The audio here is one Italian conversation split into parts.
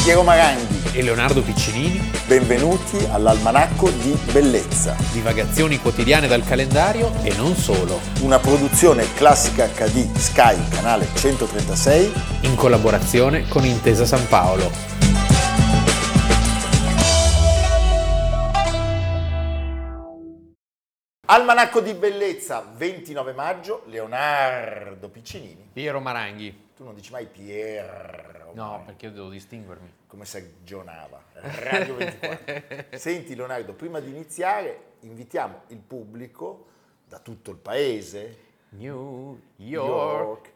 Piero Maranghi e Leonardo Piccinini. Benvenuti all'Almanacco di Bellezza. Divagazioni quotidiane dal calendario e non solo. Una produzione Classica HD Sky, canale 136. In collaborazione con Intesa San Paolo. Almanacco di Bellezza, 29 maggio, Leonardo Piccinini. Piero Maranghi. Tu non dici mai Piero. No, perché io devo distinguermi. Come si aggiornava. Radio 24. Senti Leonardo, prima di iniziare invitiamo il pubblico da tutto il paese. New York.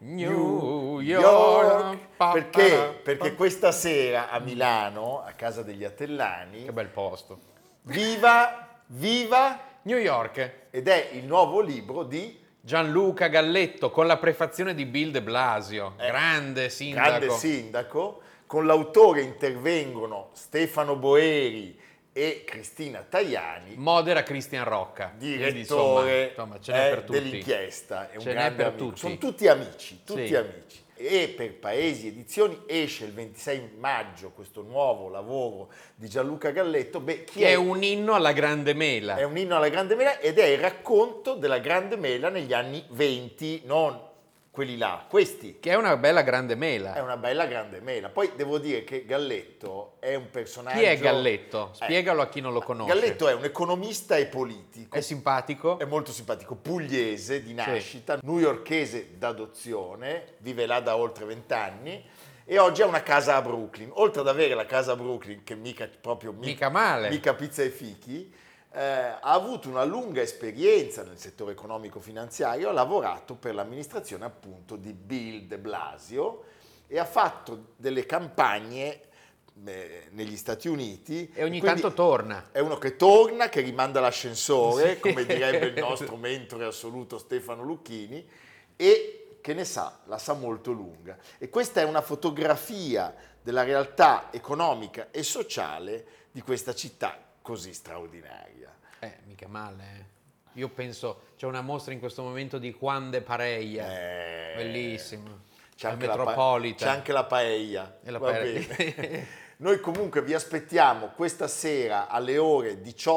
Perché questa sera a Milano, a casa degli Attellani, Che bel posto. Viva New York. ed è il nuovo libro di Gianluca Galletto con la prefazione di Bill de Blasio. Grande sindaco. Con l'autore intervengono Stefano Boeri e Cristina Tajani, Modera Cristian Rocca. direttore insomma, ce n'è per tutti. dell'inchiesta. È un Ce n'è grande per amico. tutti. Sono tutti amici, Sì. amici. E per Paesi Edizioni esce il 26 maggio questo nuovo lavoro di Gianluca Galletto. Che è un inno alla Grande Mela. È un inno alla Grande Mela ed è il racconto della Grande Mela negli anni 20, non quelli là, questi. Che è una bella Grande Mela. È una bella Grande Mela. Poi devo dire che Galletto è un personaggio... Chi è Galletto? Spiegalo a chi non lo conosce. Galletto è un economista e politico. È simpatico? È molto simpatico, pugliese di nascita, newyorkese d'adozione, vive là da oltre 20 anni e oggi ha una casa a Brooklyn. Oltre ad avere la casa a Brooklyn, che mica male, mica pizza e fichi, ha avuto una lunga esperienza nel settore economico-finanziario, ha lavorato per l'amministrazione appunto di Bill de Blasio e ha fatto delle campagne negli Stati Uniti. E ogni tanto torna. È uno che torna, che rimanda l'ascensore, Sì. come direbbe il nostro mentore assoluto Stefano Lucchini, e che ne sa, la sa molto lunga. E questa è una fotografia della realtà economica e sociale di questa città così straordinaria. Mica male. Io penso, c'è una mostra in questo momento di Juan de Pareja. Bellissimo. C'è Al anche, Metropolitan. c'è anche la paella. E la Va paella. bene. Noi comunque vi aspettiamo questa sera alle ore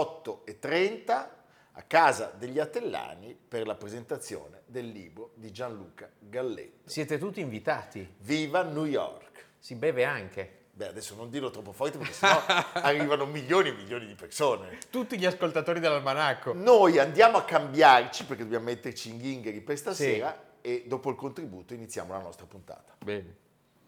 18:30 a casa degli Attellani per la presentazione del libro di Gianluca Galletto. Siete tutti invitati. Viva New York! Si beve anche. Beh, adesso non dirlo troppo forte perché sennò arrivano milioni e milioni di persone. Tutti gli ascoltatori dell'Almanacco. Noi andiamo a cambiarci perché dobbiamo metterci in ghingheri per stasera e dopo il contributo iniziamo la nostra puntata. Bene.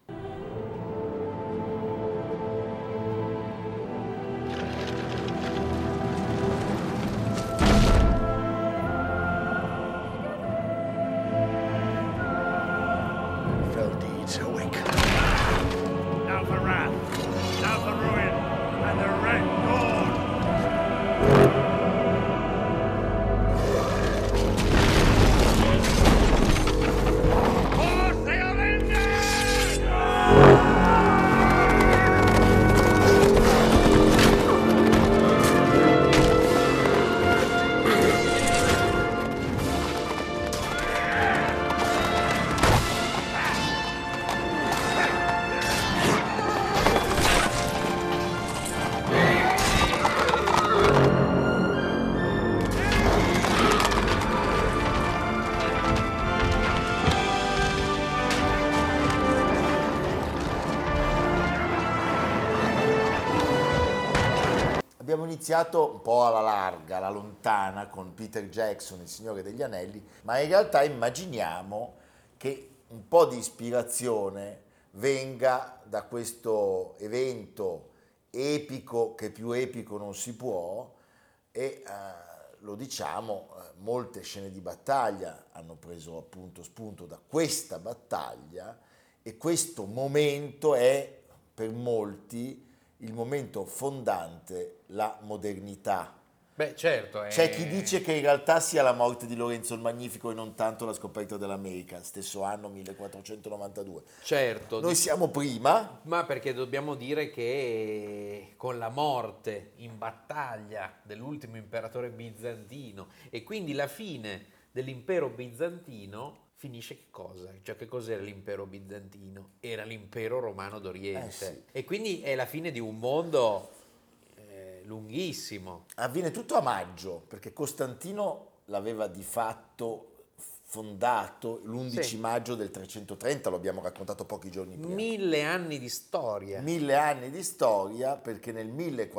Now for wrath, now for ruin, and the red dawn. For the Avengers! Abbiamo iniziato un po' alla larga, alla lontana, con Peter Jackson, il Signore degli Anelli, ma in realtà immaginiamo che un po' di ispirazione venga da questo evento epico, che più epico non si può, e lo diciamo, molte scene di battaglia hanno preso appunto spunto da questa battaglia e questo momento è per molti il momento fondante, la modernità. Beh, certo. C'è chi dice che in realtà sia la morte di Lorenzo il Magnifico e non tanto la scoperta dell'America, stesso anno 1492. Certo. Noi siamo prima. Ma perché dobbiamo dire che con la morte in battaglia dell'ultimo imperatore bizantino e quindi la fine dell'impero bizantino finisce che cosa? Cioè che cos'era l'impero bizantino? Era l'impero romano d'Oriente. Sì. E quindi è la fine di un mondo lunghissimo. Avviene tutto a maggio, perché Costantino l'aveva di fatto fondato l'11 Sì. maggio del 330, lo abbiamo raccontato pochi giorni prima. 1000 anni di storia. 1000 anni di storia, perché nel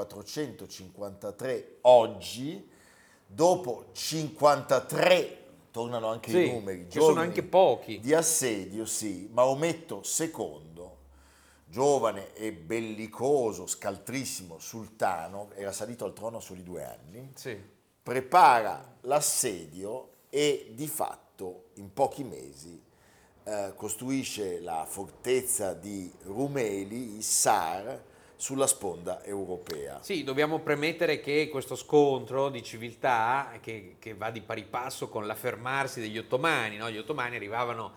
1453, oggi, dopo 53, tornano anche Sì, i numeri, che sono giorni anche pochi. di assedio, sì, Maometto II, giovane e bellicoso, scaltrissimo sultano, era salito al trono a soli 2 anni, Sì. prepara l'assedio e di fatto in pochi mesi costruisce la fortezza di Rumeli, Issar, sulla sponda europea. Sì, dobbiamo premettere che questo scontro di civiltà che va di pari passo con l'affermarsi degli ottomani, no? Gli ottomani arrivavano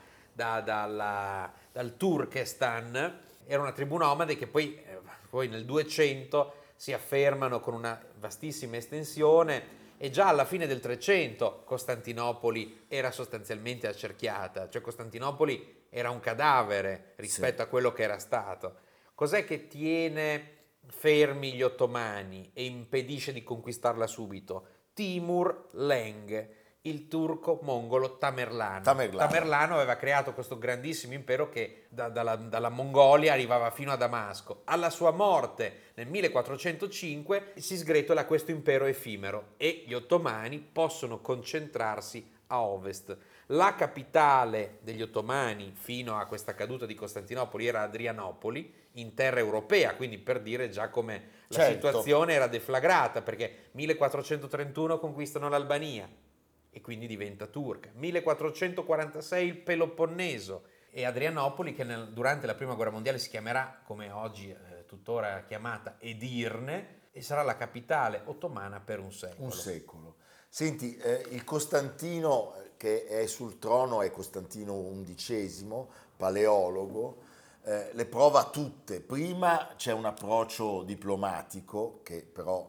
dal Turkestan, era una tribù nomade che poi nel 200 si affermano con una vastissima estensione e già alla fine del 300 Costantinopoli era sostanzialmente accerchiata, cioè Costantinopoli era un cadavere rispetto a quello che era stato. Cos'è che tiene fermi gli ottomani e impedisce di conquistarla subito? Timur Lenk, il turco mongolo Tamerlano. Tamerlano aveva creato questo grandissimo impero che dalla Mongolia arrivava fino a Damasco. Alla sua morte nel 1405 si sgretola questo impero effimero e gli ottomani possono concentrarsi a ovest. La capitale degli ottomani fino a questa caduta di Costantinopoli era Adrianopoli, in terra europea, quindi per dire già come la situazione era deflagrata, perché 1431 conquistano l'Albania e quindi diventa turca, 1446 il Peloponneso e Adrianopoli, che durante la prima guerra mondiale si chiamerà, come oggi tuttora chiamata, Edirne, e sarà la capitale ottomana per un secolo. Un secolo. Senti, il Costantino che è sul trono è Costantino XI, paleologo, le prova tutte. Prima c'è un approccio diplomatico che però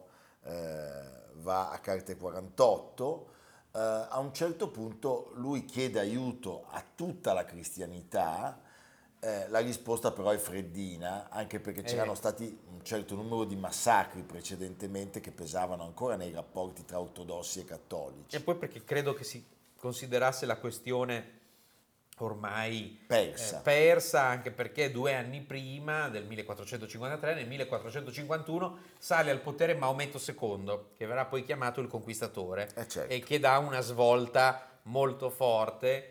va a carte 48. A un certo punto lui chiede aiuto a tutta la cristianità, la risposta però è freddina, anche perché c'erano stati un certo numero di massacri precedentemente che pesavano ancora nei rapporti tra ortodossi e cattolici. E poi perché credo che si considerasse la questione ormai persa, anche perché 2 anni prima del 1453, nel 1451 sale al potere Maometto II, che verrà poi chiamato il Conquistatore, certo. e che dà una svolta molto forte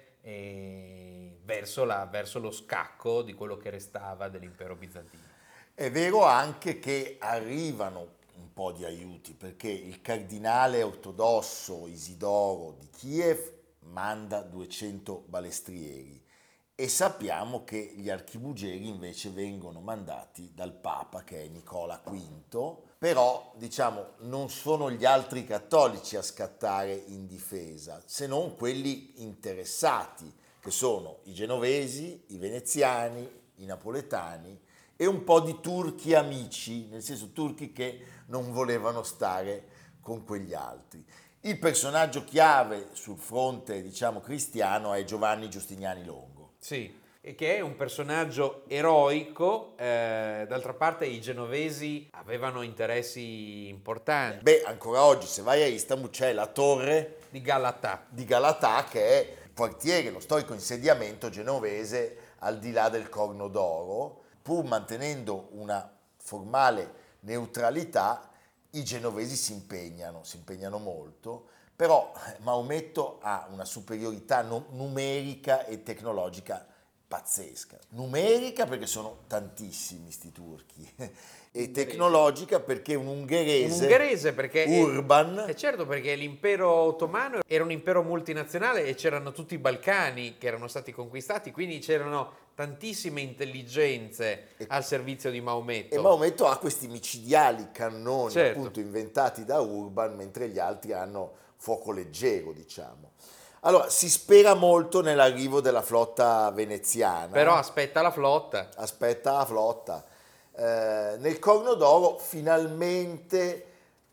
verso lo scacco di quello che restava dell'impero bizantino. È vero anche che arrivano un po' di aiuti, perché il cardinale ortodosso Isidoro di Kiev manda 200 balestrieri e sappiamo che gli archibugieri invece vengono mandati dal Papa, che è Nicola V, però diciamo non sono gli altri cattolici a scattare in difesa, se non quelli interessati, che sono i genovesi, i veneziani, i napoletani e un po' di turchi amici, nel senso turchi che non volevano stare con quegli altri. Il personaggio chiave sul fronte, diciamo, cristiano è Giovanni Giustiniani Longo. Sì, e che è un personaggio eroico, d'altra parte i genovesi avevano interessi importanti. Beh, ancora oggi se vai a Istanbul c'è la torre di Galatà, che è il quartiere, lo storico insediamento genovese al di là del Corno d'Oro, pur mantenendo una formale neutralità. I genovesi si impegnano molto, però Maometto ha una superiorità numerica e tecnologica pazzesca. Numerica perché sono tantissimi sti turchi e tecnologica perché un ungherese perché Urban. Certo, perché l'impero ottomano era un impero multinazionale e c'erano tutti i Balcani che erano stati conquistati, quindi c'erano tantissime intelligenze al servizio di Maometto. E Maometto ha questi micidiali cannoni, appunto inventati da Urban, mentre gli altri hanno fuoco leggero, diciamo. Allora, si spera molto nell'arrivo della flotta veneziana. Però aspetta la flotta. Nel Corno d'Oro finalmente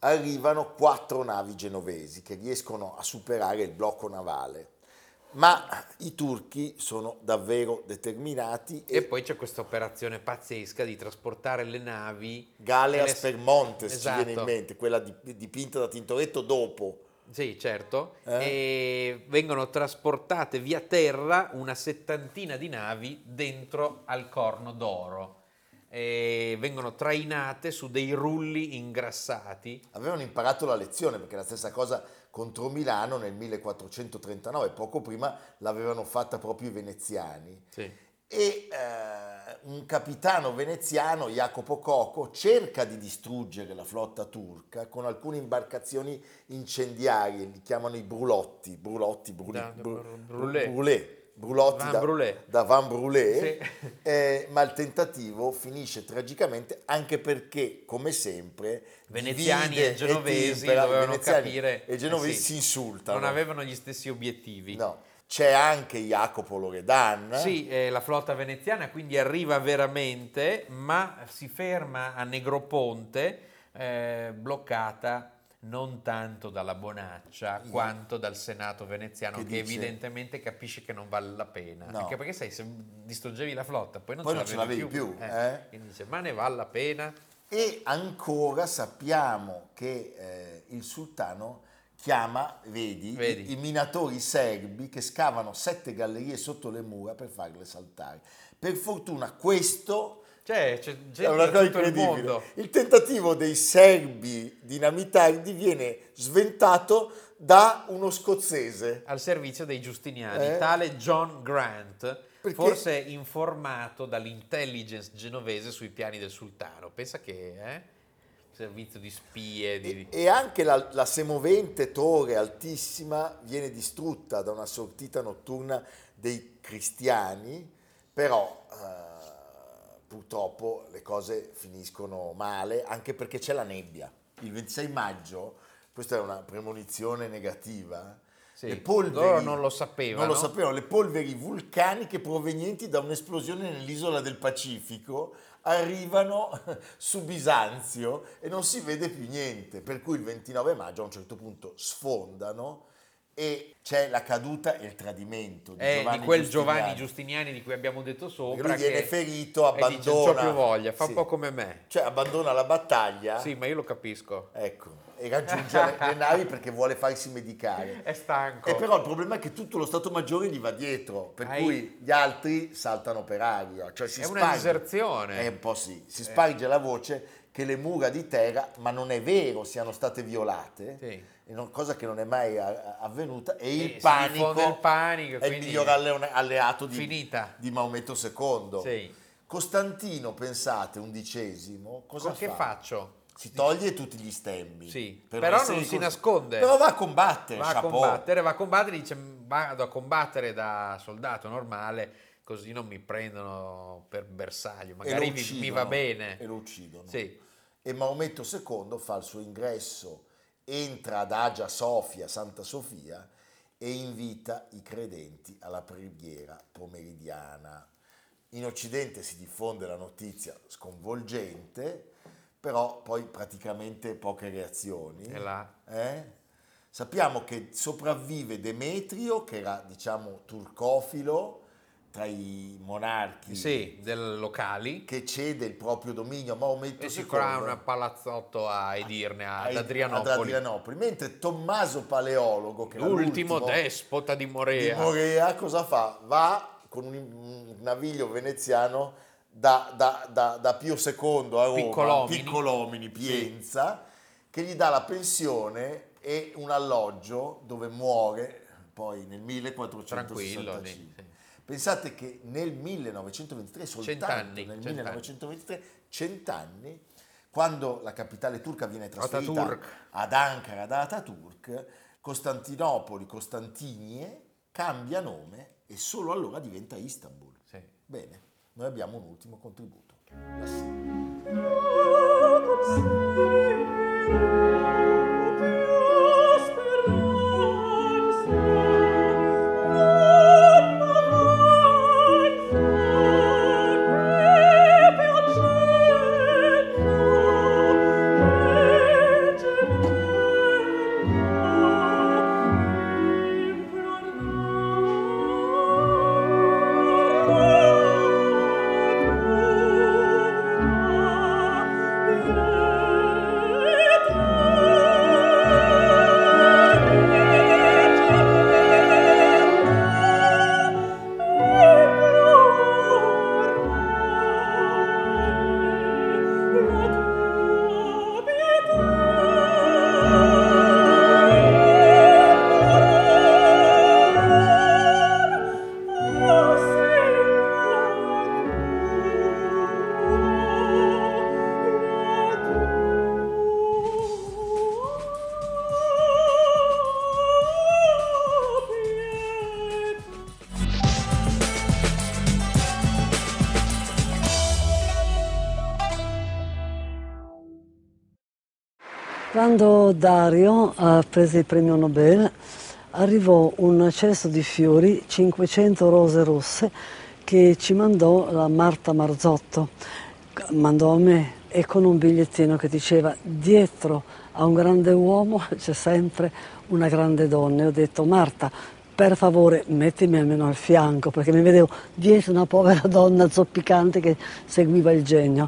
arrivano 4 navi genovesi che riescono a superare il blocco navale. Ma i turchi sono davvero determinati E poi c'è questa operazione pazzesca di trasportare le navi. Galeas per Montes ci viene in Esatto. mente, quella dipinta da Tintoretto dopo. Sì, certo, e vengono trasportate via terra una 70 di navi dentro al Corno d'Oro. E vengono trainate su dei rulli ingrassati. Avevano imparato la lezione perché la stessa cosa contro Milano nel 1439, poco prima l'avevano fatta proprio i veneziani. Sì. E un capitano veneziano, Jacopo Coco, cerca di distruggere la flotta turca con alcune imbarcazioni incendiarie, li chiamano i brulotti, brulotti, brulotti Van Brûlé. da Van Brûlé, Sì. ma il tentativo finisce tragicamente anche perché, come sempre, Veneziani divide e genovesi timpera, dovevano veneziani capire e genovesi sì, si insultano. non avevano gli stessi obiettivi. No. C'è anche Jacopo Loredan. Sì, la flotta veneziana quindi arriva veramente, ma si ferma a Negroponte, bloccata non tanto dalla Bonaccia quanto dal Senato veneziano che, Che dice- evidentemente capisce che non vale la pena. No. Anche perché sai, se distruggevi la flotta poi non, Poi ce, non ce l'avevi l'avevi più, Quindi dice, ma ne vale la pena? E ancora sappiamo che il sultano chiama, vedi, i minatori serbi che scavano 7 gallerie sotto le mura per farle saltare. Per fortuna questo C'è è gente una da cosa tutto il incredibile. mondo. Il tentativo dei serbi dinamitardi viene sventato da uno scozzese. Al servizio dei giustiniani, tale John Grant, Perché- forse informato dall'intelligence genovese sui piani del sultano. Pensa che servizio di spie. E anche la semovente torre altissima viene distrutta da una sortita notturna dei cristiani, però purtroppo le cose finiscono male, anche perché c'è la nebbia. Il 26 maggio, questa è una premonizione negativa, Sì, le polveri, loro non lo sapevano. non lo sapevano, le polveri vulcaniche provenienti da un'esplosione nell'isola del Pacifico arrivano su Bisanzio e non si vede più niente, per cui il 29 maggio a un certo punto sfondano e c'è la caduta e il tradimento Di quel Giovanni Giustiniani di cui abbiamo detto Perché sopra, lui viene che ferito, e dice, non abbandona, c'ho più voglia, fa sì, un po' come me. cioè abbandona la battaglia, Sì, ma io lo capisco. ecco, e raggiunge le navi perché vuole farsi medicare. È stanco. E però il problema è che tutto lo Stato Maggiore gli va dietro, per cui gli altri saltano per aria. Cioè si È una sparge- diserzione. Un po' sì, si sparge la voce che le mura di terra, ma non è vero, siano state violate, Sì. cosa che non è mai avvenuta, e il si panico, diffonde il panico, è il quindi miglior alleato finita. di Maometto II. Sì. Costantino, pensate, undicesimo, cosa Che fa? faccio? Si toglie tutti gli stemmi. Sì, per però essere non si così. nasconde. Però va a combattere, Va a chapeau. combattere, dice vado a combattere da soldato normale, così non mi prendono per bersaglio, E magari lo mi uccidono, va bene. E lo uccidono. Sì. E Maometto II fa il suo ingresso, entra ad Hagia Sophia, Santa Sofia, e invita i credenti alla preghiera pomeridiana. In Occidente si diffonde la notizia sconvolgente, però poi praticamente poche reazioni. E là. Sappiamo che sopravvive Demetrio, che era, diciamo, turcofilo tra i monarchi, Sì, del locali. che cede il proprio dominio a Maometto E si II crea un palazzotto a Edirne, ad Adrianopoli. ad Adrianopoli, mentre Tommaso Paleologo, che era L'ultimo l'ultimo despota di di Morea. Morea, cosa fa? Va con un naviglio veneziano da Pio II a Roma, Piccolomini, Pienza, che gli dà la pensione e un alloggio dove muore poi nel 1465. Tranquillo, sì. Pensate che nel 1923, soltanto 100 anni, nel 100 1923, 100 anni, quando la capitale turca viene trasferita Ataturk. ad Ankara da Ataturk, Costantinie cambia nome e solo allora diventa Istanbul. Sì. Bene, noi abbiamo un ultimo contributo. La sigla. Quando Dario ha preso il premio Nobel, arrivò un cesto di fiori, 500 rose rosse, che ci mandò la Marta Marzotto, mandò a me, e con un bigliettino che diceva: dietro a un grande uomo c'è sempre una grande donna. E ho detto: Marta, per favore mettimi almeno al fianco, perché mi vedevo dietro una povera donna zoppicante che seguiva il genio.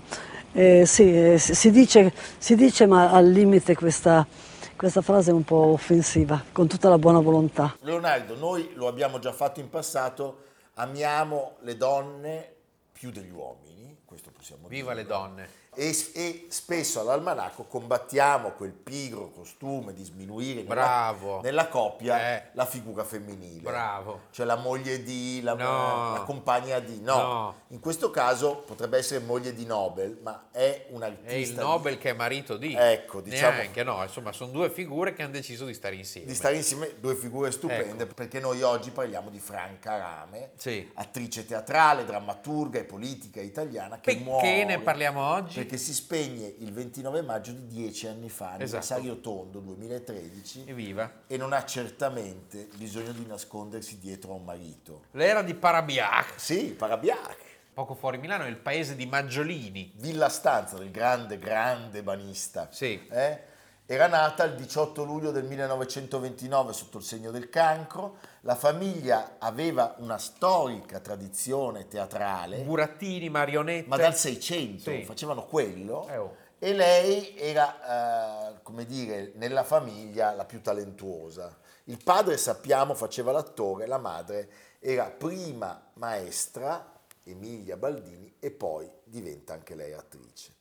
Sì, si dice, ma al limite questa frase è un po' offensiva, con tutta la buona volontà. Leonardo, noi lo abbiamo già fatto in passato, amiamo le donne più degli uomini, questo possiamo dire. Viva le donne! E spesso all'almanacco combattiamo quel pigro costume di sminuire Bravo. nella coppia la figura femminile. Bravo. Cioè la moglie di, la No. compagna di. No. In questo caso potrebbe essere moglie di Nobel, ma è un artista. È il Nobel che è marito di. Ecco, diciamo. Neanche, no, insomma, sono due figure che hanno deciso di stare insieme. Di stare insieme, due figure stupende, Ecco. perché noi oggi parliamo di Franca Rame, Sì. attrice teatrale, drammaturga e politica italiana che Perché muore. ne parliamo oggi? Perché si spegne il 29 maggio di 10 anni fa, anniversario tondo 2013, Evviva. e non ha certamente bisogno di nascondersi dietro a un marito. L'era di Parabiac, Sì, Parabiac, poco fuori Milano, è il paese di Maggiolini. Villa Stanza del grande banista. Sì. Era nata il 18 luglio del 1929 sotto il segno del cancro. La famiglia aveva una storica tradizione teatrale, Burattini, marionette. ma dal 600 Sì. facevano quello. Oh. E lei era, come dire, nella famiglia la più talentuosa. Il padre, sappiamo, faceva l'attore, la madre era prima maestra, Emilia Baldini, e poi diventa anche lei attrice.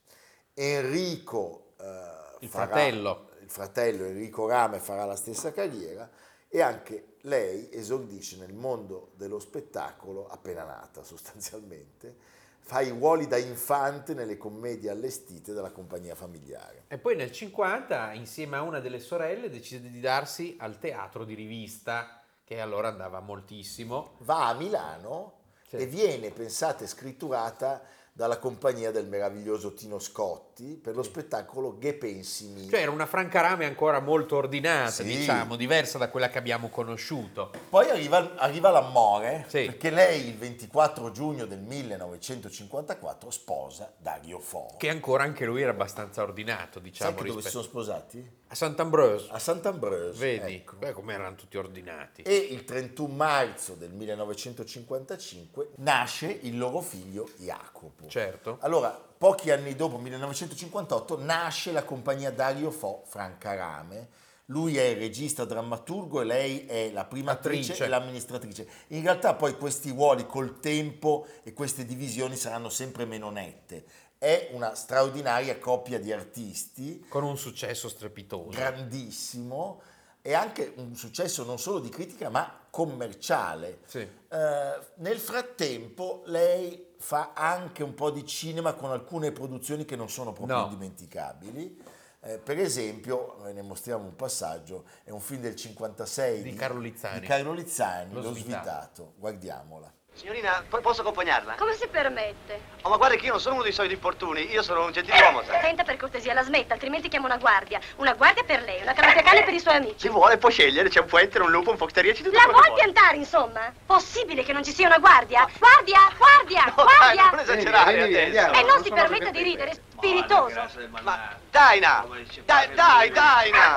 Enrico, Il fratello Enrico Rame, farà la stessa carriera, e anche lei esordisce nel mondo dello spettacolo appena nata, sostanzialmente. Fa i ruoli da infante nelle commedie allestite dalla compagnia familiare. E poi nel 50, insieme a una delle sorelle, decide di darsi al teatro di rivista, che allora andava moltissimo. Va a Milano e viene, pensate, scritturata dalla compagnia del meraviglioso Tino Scotti per lo spettacolo Che pensi mi? Cioè era una Franca Rame ancora molto ordinata, Sì. diciamo, diversa da quella che abbiamo conosciuto. Poi arriva l'amore, Sì. perché lei il 24 giugno del 1954 sposa Dario Fo. Che ancora anche lui era abbastanza ordinato, Sai diciamo, che dove si sono sposati? a Sant'Ambrose. A Sant'Ambrose. Vedi? Ecco. Beh, come erano tutti ordinati. E il 31 marzo del 1955 nasce il loro figlio Jacopo. Certo. Allora, pochi anni dopo, 1958, nasce la compagnia Dario Fo Franca Rame. Lui è il regista drammaturgo e lei è la prima attrice e l'amministratrice. In realtà poi questi ruoli col tempo e queste divisioni saranno sempre meno nette. È una straordinaria coppia di artisti. Con un successo strepitoso. Grandissimo, e anche un successo non solo di critica ma commerciale. Sì. Nel frattempo lei fa anche un po' di cinema con alcune produzioni che non sono proprio indimenticabili. Per esempio, ne mostriamo un passaggio, è un film del 56 Di Carlo Lizzani. Di Carlo Lizzani, Lo Lo svitato. svitato. Guardiamola. Signorina, posso accompagnarla? Come si permette? Oh, ma guarda che io non sono uno dei soliti importuni, io sono un gentiluomo, sai? Senta, per cortesia, la smetta, altrimenti chiamo una guardia. Una guardia per lei, una cane per i suoi amici. Ci vuole, può scegliere, c'è un puenter, un lupo, un foxterrier, tutto La quello che vuoi piantare, insomma? Possibile che non ci sia una guardia? Guardia, guardia, vuole. No, dai, non guardia! esagerare adesso. E non si permetta di ridere, spiritoso. Ma, Daina! Dai, Daina!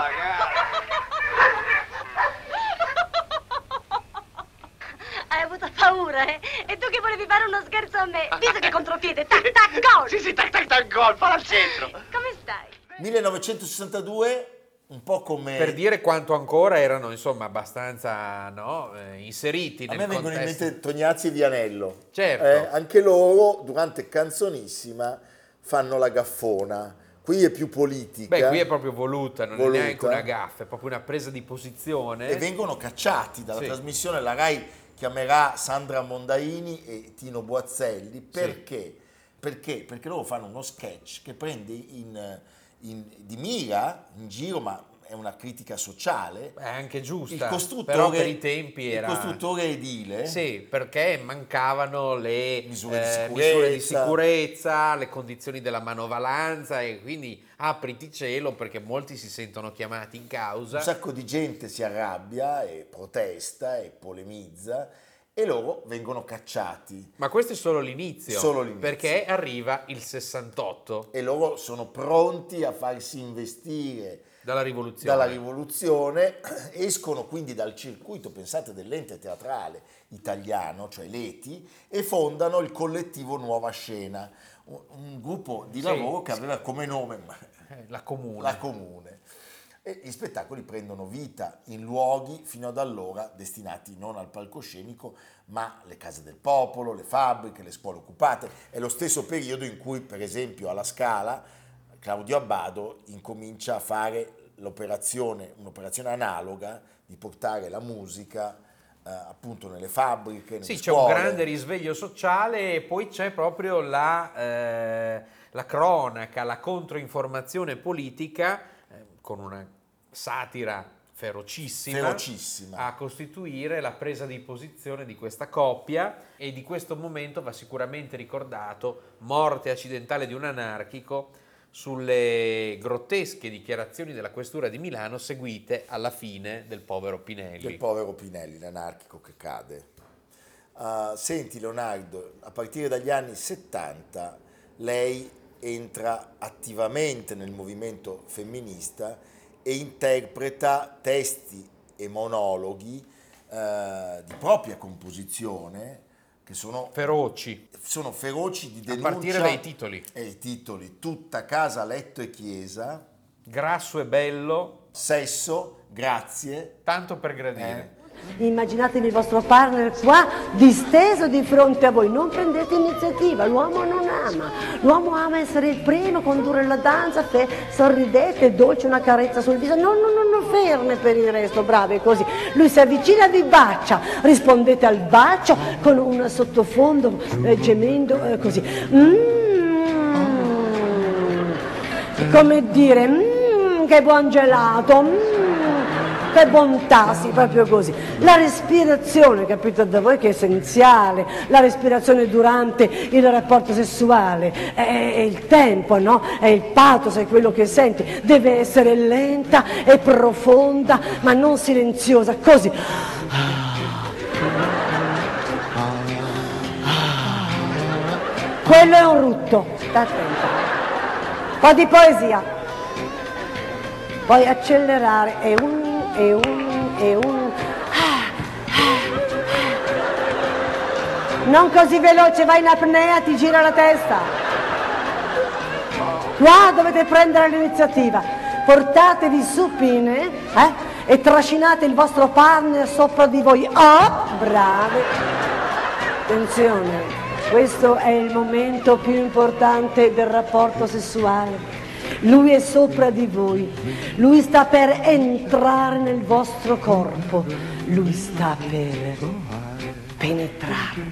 Hai avuto paura, eh? E tu che volevi fare uno scherzo a me? Visto che contropiede, tac, tac, gol! Sì, tac, gol, falla al centro! Come stai? 1962, un po' come... Per dire quanto ancora erano, insomma, abbastanza inseriti A nel me vengono in contesto. mente Tognazzi e Vianello. Certo. Anche loro, durante Canzonissima, fanno la gaffona. Qui è più politica. Beh, qui è proprio voluta, non Voluta. è neanche una gaffa, è proprio una presa di posizione. E vengono cacciati dalla Sì. trasmissione. La Rai chiamerà Sandra Mondaini e Tino Boazzelli. Perché? Perché loro fanno uno sketch che prende di mira in giro, ma è una critica sociale. È anche giusta, Il costruttore, però per i tempi era... Il costruttore edile. Sì, perché mancavano le Misure di misure di sicurezza, le condizioni della manovalanza, e quindi apriti cielo, perché molti si sentono chiamati in causa. Un sacco di gente si arrabbia e protesta e polemizza e loro vengono cacciati. Ma questo è solo l'inizio, perché arriva il 68. E loro sono pronti a farsi investire Dalla rivoluzione. Escono quindi dal circuito, pensate, dell'ente teatrale italiano, cioè l'ETI, e fondano il collettivo Nuova Scena, un gruppo di lavoro che aveva come nome La Comune. La Comune. E gli spettacoli prendono vita in luoghi fino ad allora destinati non al palcoscenico, ma alle case del popolo, le fabbriche, le scuole occupate. È lo stesso periodo in cui, per esempio, alla Scala, Claudio Abbado incomincia a fare un'operazione analoga di portare la musica appunto nelle fabbriche, nelle Sì, scuole. c'è un grande risveglio sociale, e poi c'è proprio la cronaca, la controinformazione politica, con una satira ferocissima, a costituire la presa di posizione di questa coppia. E di questo momento va sicuramente ricordato morte accidentale di un anarchico sulle grottesche dichiarazioni della questura di Milano seguite alla fine del povero Pinelli. L'anarchico che cade. Senti Leonardo, a partire dagli anni 70 lei entra attivamente nel movimento femminista e interpreta testi e monologhi di propria composizione che sono feroci di denuncia. A partire dai titoli. I titoli: Tutta casa, letto e chiesa, Grasso e bello, Sesso, grazie, Tanto per gradire. Immaginatevi il vostro partner qua disteso di fronte a voi, non prendete iniziativa, l'uomo non ama, l'uomo ama essere il primo, condurre la danza, sorridete, dolce, una carezza sul viso, no, ferme per il resto, brave così, lui si avvicina e vi bacia, rispondete al bacio con un sottofondo gemendo così, come dire, che buon gelato, che bontà, sì, proprio così. La respirazione, capito da voi, che è essenziale, la respirazione durante il rapporto sessuale, è il tempo, no? È il pathos, è quello che senti, deve essere lenta e profonda, ma non silenziosa, così. Quello è un rutto, sta attento. Un po' di poesia. Poi accelerare, e un. Non così veloce, vai in apnea, ti gira la testa. Qua dovete prendere l'iniziativa. Portatevi supine e trascinate il vostro partner sopra di voi. Bravi. Attenzione, questo è il momento più importante del rapporto sessuale. Lui è sopra di voi, lui sta per entrare nel vostro corpo, lui sta per penetrare.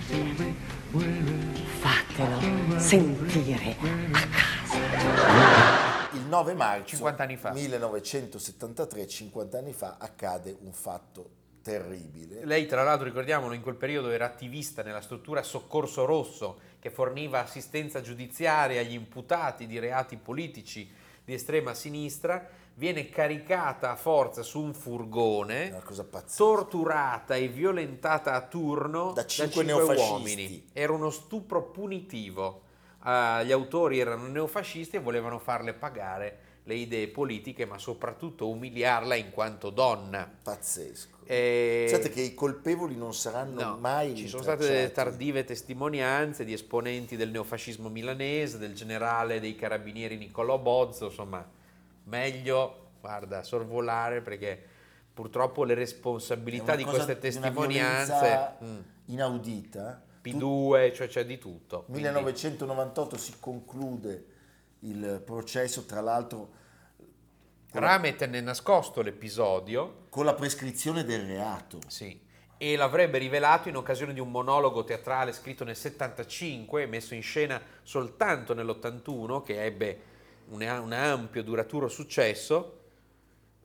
Fatelo sentire a casa. Il 9 marzo 50 anni fa. 1973, 50 anni fa, accade un fatto terribile. Lei, tra l'altro, ricordiamolo, in quel periodo era attivista nella struttura Soccorso Rosso, che forniva assistenza giudiziaria agli imputati di reati politici di estrema sinistra. Viene caricata a forza su un furgone, torturata e violentata a turno da 5 uomini. Era uno stupro punitivo. Gli autori erano neofascisti e volevano farle pagare le idee politiche, ma soprattutto umiliarla in quanto donna. Pazzesco. Pensate che i colpevoli non saranno mai ci sono state delle tardive testimonianze di esponenti del neofascismo milanese, del generale dei carabinieri Niccolò Bozzo. Insomma, meglio, guarda, sorvolare, perché purtroppo le responsabilità di queste testimonianze inaudita. P2, cioè c'è di tutto. 1998 si conclude il processo, tra l'altro Rame tenne nascosto l'episodio con la prescrizione del reato. Sì, e l'avrebbe rivelato in occasione di un monologo teatrale scritto nel 75 e messo in scena soltanto nell'81, che ebbe un ampio duraturo successo.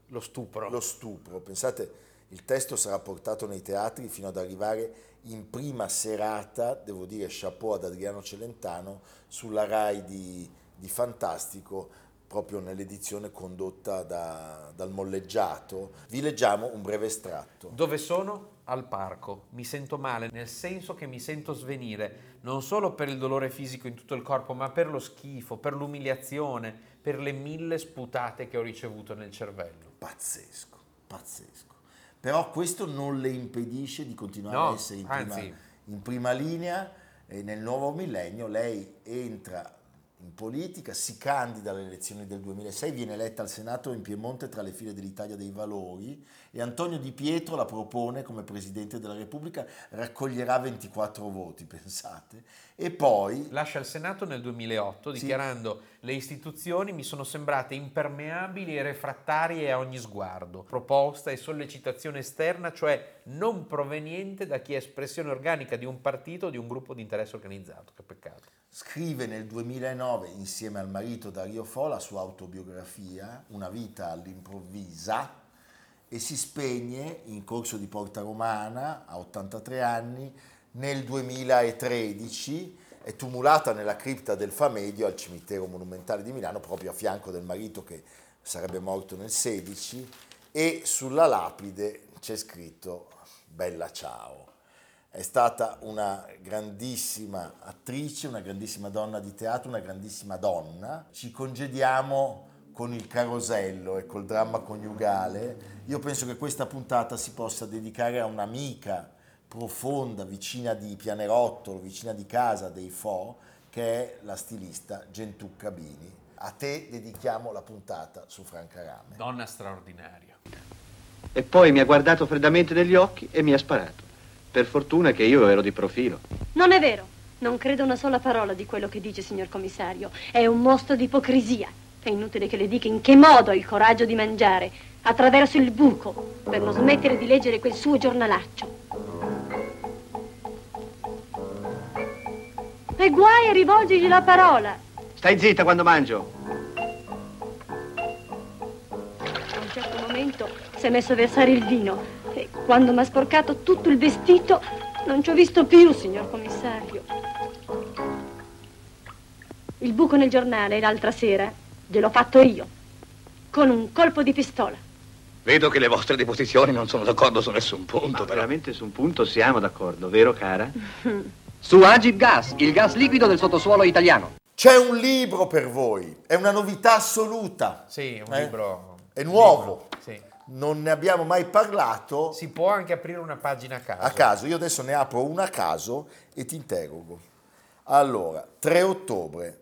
Lo stupro. Lo stupro. Pensate, il testo sarà portato nei teatri fino ad arrivare in prima serata, devo dire chapeau ad Adriano Celentano, sulla Rai di Fantastico, proprio nell'edizione condotta dal Molleggiato. Vi leggiamo un breve estratto. Dove sono? Al parco. Mi sento male, nel senso che mi sento svenire, non solo per il dolore fisico in tutto il corpo, ma per lo schifo, per l'umiliazione, per le 1000 sputate che ho ricevuto nel cervello. Pazzesco, pazzesco. Però questo non le impedisce di continuare No, a essere in prima linea, e nel nuovo millennio lei entra in politica, si candida alle elezioni del 2006, viene eletta al Senato in Piemonte tra le file dell'Italia dei Valori e Antonio Di Pietro la propone come Presidente della Repubblica, raccoglierà 24 voti, pensate, e poi... Lascia il Senato nel 2008 dichiarando: le istituzioni mi sono sembrate impermeabili e refrattarie a ogni sguardo, proposta e sollecitazione esterna, cioè non proveniente da chi è espressione organica di un partito o di un gruppo di interesse organizzato. Che peccato. Scrive nel 2009 insieme al marito Dario Fo la sua autobiografia Una vita all'improvvisa e si spegne in Corso di Porta Romana a 83 anni nel 2013. È tumulata nella cripta del Famedio al cimitero monumentale di Milano, proprio a fianco del marito che sarebbe morto nel 16, e sulla lapide c'è scritto "Bella ciao". È stata una grandissima attrice, una grandissima donna di teatro, una grandissima donna. Ci congediamo con il carosello e col dramma coniugale. Io penso che questa puntata si possa dedicare a un'amica profonda, vicina di Pianerottolo, vicina di casa dei Fo, che è la stilista Gentù Cabini. A te dedichiamo la puntata su Franca Rame. Donna straordinaria. E poi mi ha guardato freddamente negli occhi e mi ha sparato. Per fortuna che io ero di profilo. Non è vero. Non credo una sola parola di quello che dice, signor commissario. È un mostro di ipocrisia. È inutile che le dica in che modo ha il coraggio di mangiare attraverso il buco per non smettere di leggere quel suo giornalaccio. E guai a rivolgergli la parola. Stai zitta quando mangio. A un certo momento si è messo a versare il vino e quando mi ha sporcato tutto il vestito non ci ho visto più, signor commissario. Il buco nel giornale l'altra sera gliel'ho fatto io, con un colpo di pistola. Vedo che le vostre deposizioni non sono d'accordo su nessun punto, però. Veramente su un punto siamo d'accordo, vero cara? Su Agip Gas, il gas liquido del sottosuolo italiano. C'è un libro per voi, è una novità assoluta. Sì, è un libro. È nuovo. Sì. Non ne abbiamo mai parlato. Si può anche aprire una pagina a caso. A caso, io adesso ne apro una a caso e ti interrogo. Allora, 3 ottobre,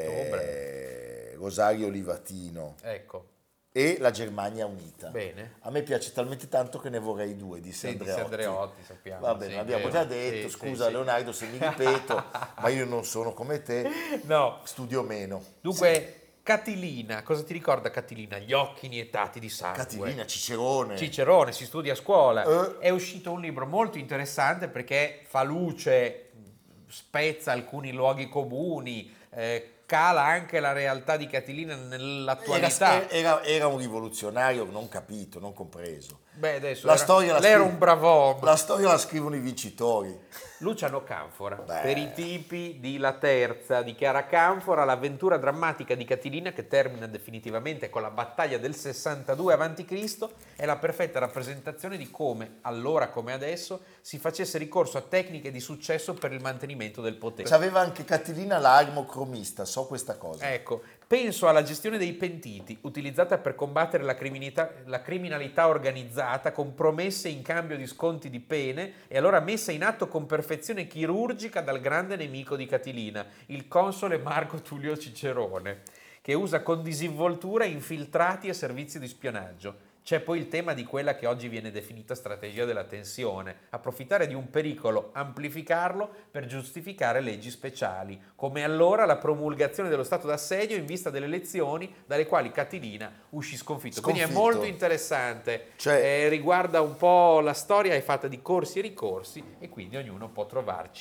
Rosario Livatino. Ecco. E la Germania Unita. Bene. A me piace talmente tanto che ne vorrei 2 di Sì, Andreotti. di Andreotti, sappiamo. Va bene, Sì, l'abbiamo vero. già detto, Sì, scusa sì. Leonardo se mi ripeto, ma io non sono come te, No. studio meno. Dunque, Catilina, cosa ti ricorda Catilina? Gli occhi iniettati di sangue. Catilina, Cicerone. Cicerone, si studia a scuola. È uscito un libro molto interessante perché fa luce, spezza alcuni luoghi comuni, cala anche la realtà di Catilina nell'attualità. Era un rivoluzionario non capito, non compreso. Beh, adesso Lei era un bravò. La storia la scrivono i vincitori. Luciano Canfora, Beh. per i tipi di La Terza di Chiara Canfora, l'avventura drammatica di Catilina che termina definitivamente con la battaglia del 62 a.C. è la perfetta rappresentazione di come, allora come adesso, si facesse ricorso a tecniche di successo per il mantenimento del potere. C'aveva anche Catilina l'armocromista, so questa cosa. Ecco, penso alla gestione dei pentiti, utilizzata per combattere la criminalità organizzata con promesse in cambio di sconti di pene e allora messa in atto con perfezione chirurgica dal grande nemico di Catilina, il console Marco Tullio Cicerone, che usa con disinvoltura infiltrati e servizi di spionaggio. C'è poi il tema di quella che oggi viene definita strategia della tensione, approfittare di un pericolo, amplificarlo per giustificare leggi speciali, come allora la promulgazione dello stato d'assedio in vista delle elezioni dalle quali Catilina uscì sconfitto. Quindi è molto interessante, riguarda un po' la storia, è fatta di corsi e ricorsi e quindi ognuno può trovarci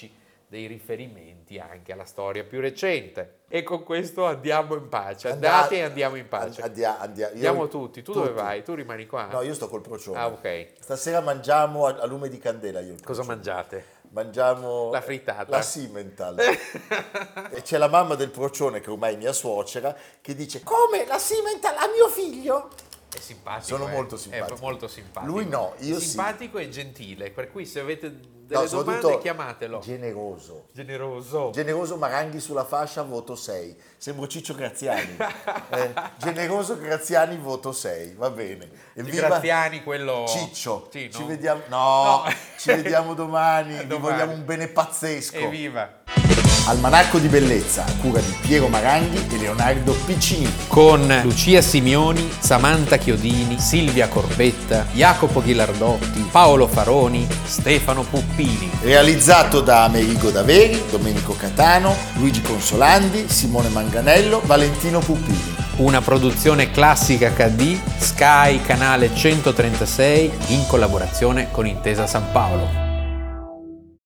dei riferimenti anche alla storia più recente. E con questo andiamo in pace. Andate e andiamo in pace. Andiamo tutti. Tu dove vai? Tu rimani qua? No, io sto col procione. Ah, ok. Stasera mangiamo a lume di candela io. Cosa mangiate? Mangiamo la frittata, la Simmental. E c'è la mamma del procione, che ormai è mia suocera, che dice: come la Simmental a mio figlio? È simpatico. Sono molto simpatico. È molto simpatico. Lui no, io simpatico sì. e gentile, per cui se avete delle domande chiamatelo. Generoso, Maranghi sulla fascia, voto 6. Sembro Ciccio Graziani. Generoso Graziani, voto 6. Va bene. Evviva Graziani, quello Ciccio. Sì, ci vediamo. No, ci vediamo domani. Vi vogliamo un bene pazzesco. Evviva. Almanacco di bellezza a cura di Piero Maranghi e Leonardo Piccini, con Lucia Simioni, Samantha Chiodini, Silvia Corbetta, Jacopo Ghilardotti, Paolo Faroni, Stefano Puppini. Realizzato da Amerigo Daveri, Domenico Catano, Luigi Consolandi, Simone Manganello, Valentino Puppini. Una produzione Classica HD, Sky Canale 136, in collaborazione con Intesa San Paolo.